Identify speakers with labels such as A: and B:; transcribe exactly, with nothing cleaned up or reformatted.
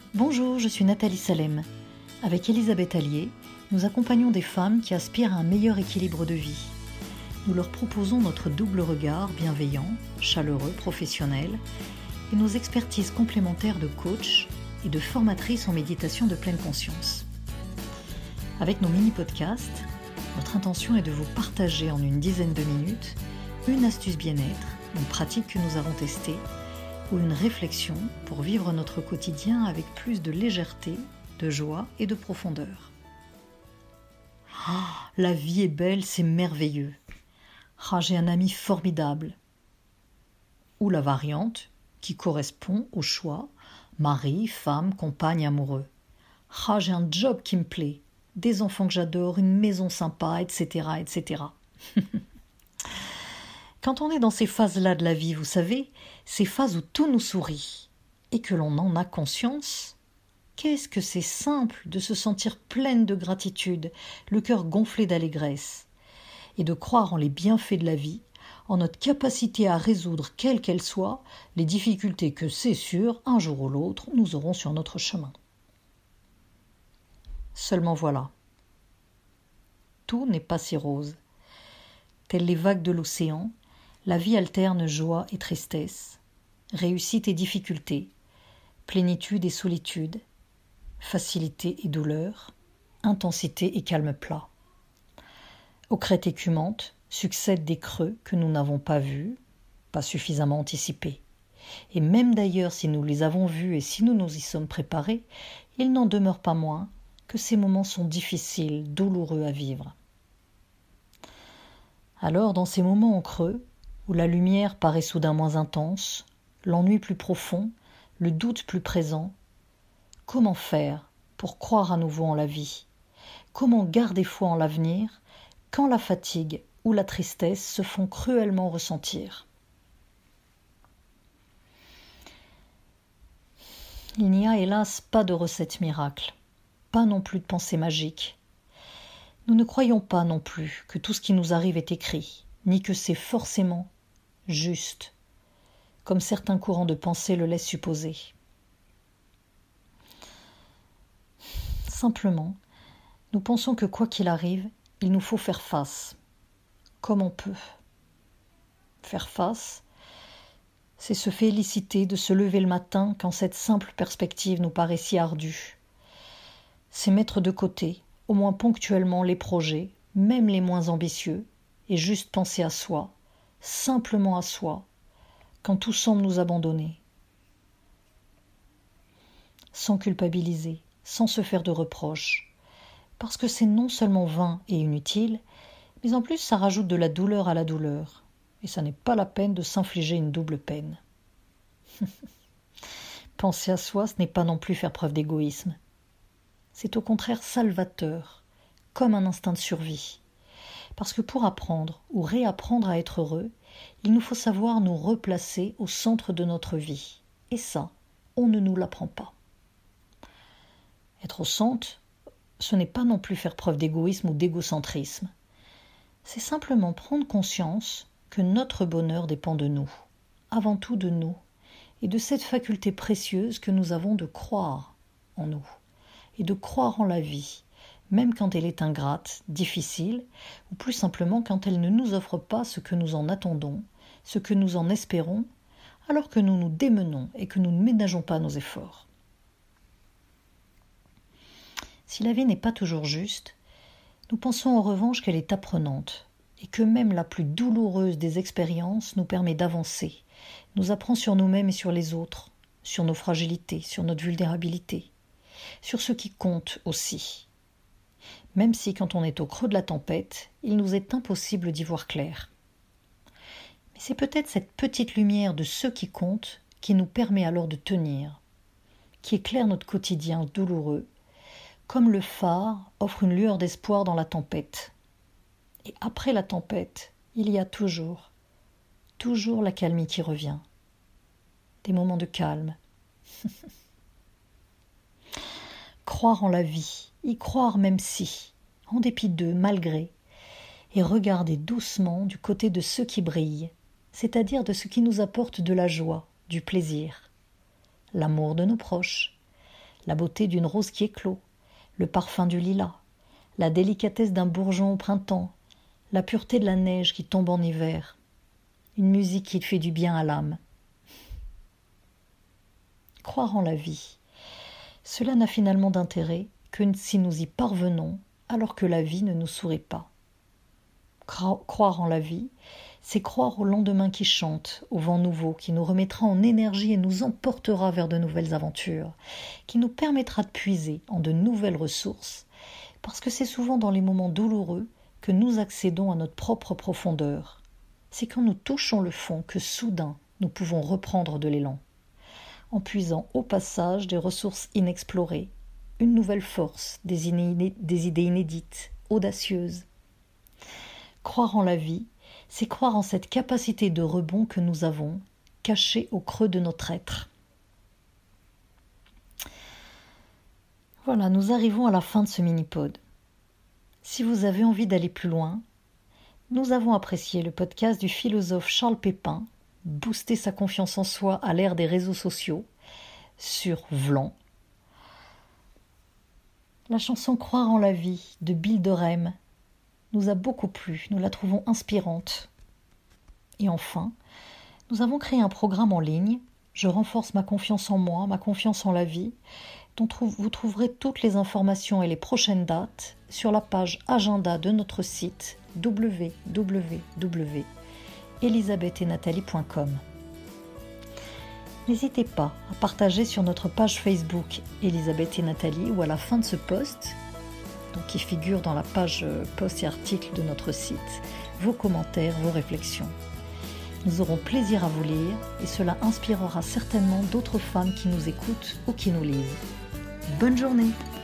A: Bonjour, je suis Nathalie Salem. Avec Elisabeth Allier, nous accompagnons des femmes qui aspirent à un meilleur équilibre de vie. Nous leur proposons notre double regard bienveillant, chaleureux, professionnel et nos expertises complémentaires de coach et de formatrice en méditation de pleine conscience. Avec nos mini-podcasts, notre intention est de vous partager en une dizaine de minutes une astuce bien-être, une pratique que nous avons testée ou une réflexion pour vivre notre quotidien avec plus de légèreté, de joie et de profondeur. Oh, la vie est belle, c'est merveilleux. Ah, j'ai un ami formidable. Ou la variante qui correspond au choix mari, femme, compagne, amoureux. Ah, j'ai un job qui me plaît, des enfants que j'adore, une maison sympa, et cetera, et cetera. Quand on est dans ces phases-là de la vie, vous savez, ces phases où tout nous sourit et que l'on en a conscience, qu'est-ce que c'est simple de se sentir pleine de gratitude, le cœur gonflé d'allégresse, et de croire en les bienfaits de la vie, en notre capacité à résoudre, quelles qu'elles soient, les difficultés que, c'est sûr, un jour ou l'autre, nous aurons sur notre chemin. Seulement voilà, tout n'est pas si rose. Telles les vagues de l'océan, la vie alterne joie et tristesse, réussite et difficulté, plénitude et solitude, facilité et douleur, intensité et calme plat. Aux crêtes écumantes succèdent des creux que nous n'avons pas vus, pas suffisamment anticipés. Et même d'ailleurs, si nous les avons vus et si nous nous y sommes préparés, il n'en demeure pas moins que ces moments sont difficiles, douloureux à vivre. Alors, dans ces moments en creux, où la lumière paraît soudain moins intense, l'ennui plus profond, le doute plus présent, comment faire pour croire à nouveau en la vie ? Comment garder foi en l'avenir quand la fatigue ou la tristesse se font cruellement ressentir ? Il n'y a hélas pas de recette miracle, pas non plus de pensée magique. Nous ne croyons pas non plus que tout ce qui nous arrive est écrit, ni que c'est forcément juste, comme certains courants de pensée le laissent supposer. Simplement, nous pensons que quoi qu'il arrive, il nous faut faire face, comme on peut. Faire face, c'est se féliciter de se lever le matin quand cette simple perspective nous paraît si ardue. C'est mettre de côté, au moins ponctuellement, les projets, même les moins ambitieux, et juste penser à soi, simplement à soi, quand tout semble nous abandonner. Sans culpabiliser, sans se faire de reproches, parce que c'est non seulement vain et inutile, mais en plus ça rajoute de la douleur à la douleur, et ça n'est pas la peine de s'infliger une double peine. Penser à soi, ce n'est pas non plus faire preuve d'égoïsme. C'est au contraire salvateur, comme un instinct de survie. Parce que pour apprendre ou réapprendre à être heureux, il nous faut savoir nous replacer au centre de notre vie. Et ça, on ne nous l'apprend pas. Être au centre, ce n'est pas non plus faire preuve d'égoïsme ou d'égocentrisme. C'est simplement prendre conscience que notre bonheur dépend de nous, avant tout de nous, et de cette faculté précieuse que nous avons de croire en nous, et de croire en la vie, même quand elle est ingrate, difficile, ou plus simplement quand elle ne nous offre pas ce que nous en attendons, ce que nous en espérons, alors que nous nous démenons et que nous ne ménageons pas nos efforts. Si la vie n'est pas toujours juste, nous pensons en revanche qu'elle est apprenante, et que même la plus douloureuse des expériences nous permet d'avancer, nous apprend sur nous-mêmes et sur les autres, sur nos fragilités, sur notre vulnérabilité, sur ce qui compte aussi. Même si, quand on est au creux de la tempête, il nous est impossible d'y voir clair. Mais c'est peut-être cette petite lumière de ce qui compte qui nous permet alors de tenir, qui éclaire notre quotidien douloureux, comme le phare offre une lueur d'espoir dans la tempête. Et après la tempête, il y a toujours, toujours la calmie qui revient. Des moments de calme. Croire en la vie, y croire même si, en dépit d'eux, malgré, et regarder doucement du côté de ceux qui brillent, c'est-à-dire de ce qui nous apporte de la joie, du plaisir, l'amour de nos proches, la beauté d'une rose qui éclot, le parfum du lilas, la délicatesse d'un bourgeon au printemps, la pureté de la neige qui tombe en hiver, une musique qui fait du bien à l'âme. Croire en la vie, cela n'a finalement d'intérêt que si nous y parvenons alors que la vie ne nous sourit pas. Croire en la vie, c'est croire au lendemain qui chante, au vent nouveau, qui nous remettra en énergie et nous emportera vers de nouvelles aventures, qui nous permettra de puiser en de nouvelles ressources, parce que c'est souvent dans les moments douloureux que nous accédons à notre propre profondeur. C'est quand nous touchons le fond que soudain nous pouvons reprendre de l'élan, en puisant au passage des ressources inexplorées, une nouvelle force, des, iné- des idées inédites, audacieuses. Croire en la vie, c'est croire en cette capacité de rebond que nous avons, cachée au creux de notre être. Voilà, nous arrivons à la fin de ce mini-pod. Si vous avez envie d'aller plus loin, nous avons apprécié le podcast du philosophe Charles Pépin, Booster sa confiance en soi à l'ère des réseaux sociaux, sur Vlan. La chanson Croire en la vie de Bill de Rem nous a beaucoup plu, nous la trouvons inspirante. Et enfin, nous avons créé un programme en ligne, Je renforce ma confiance en moi, ma confiance en la vie, dont vous trouverez toutes les informations et les prochaines dates sur la page agenda de notre site w w w point elisabeth et nathalie point com. N'hésitez pas à partager sur notre page Facebook Elisabeth et Nathalie ou à la fin de ce post, donc qui figure dans la page post et article de notre site, vos commentaires, vos réflexions. Nous aurons plaisir à vous lire et cela inspirera certainement d'autres femmes qui nous écoutent ou qui nous lisent. Bonne journée!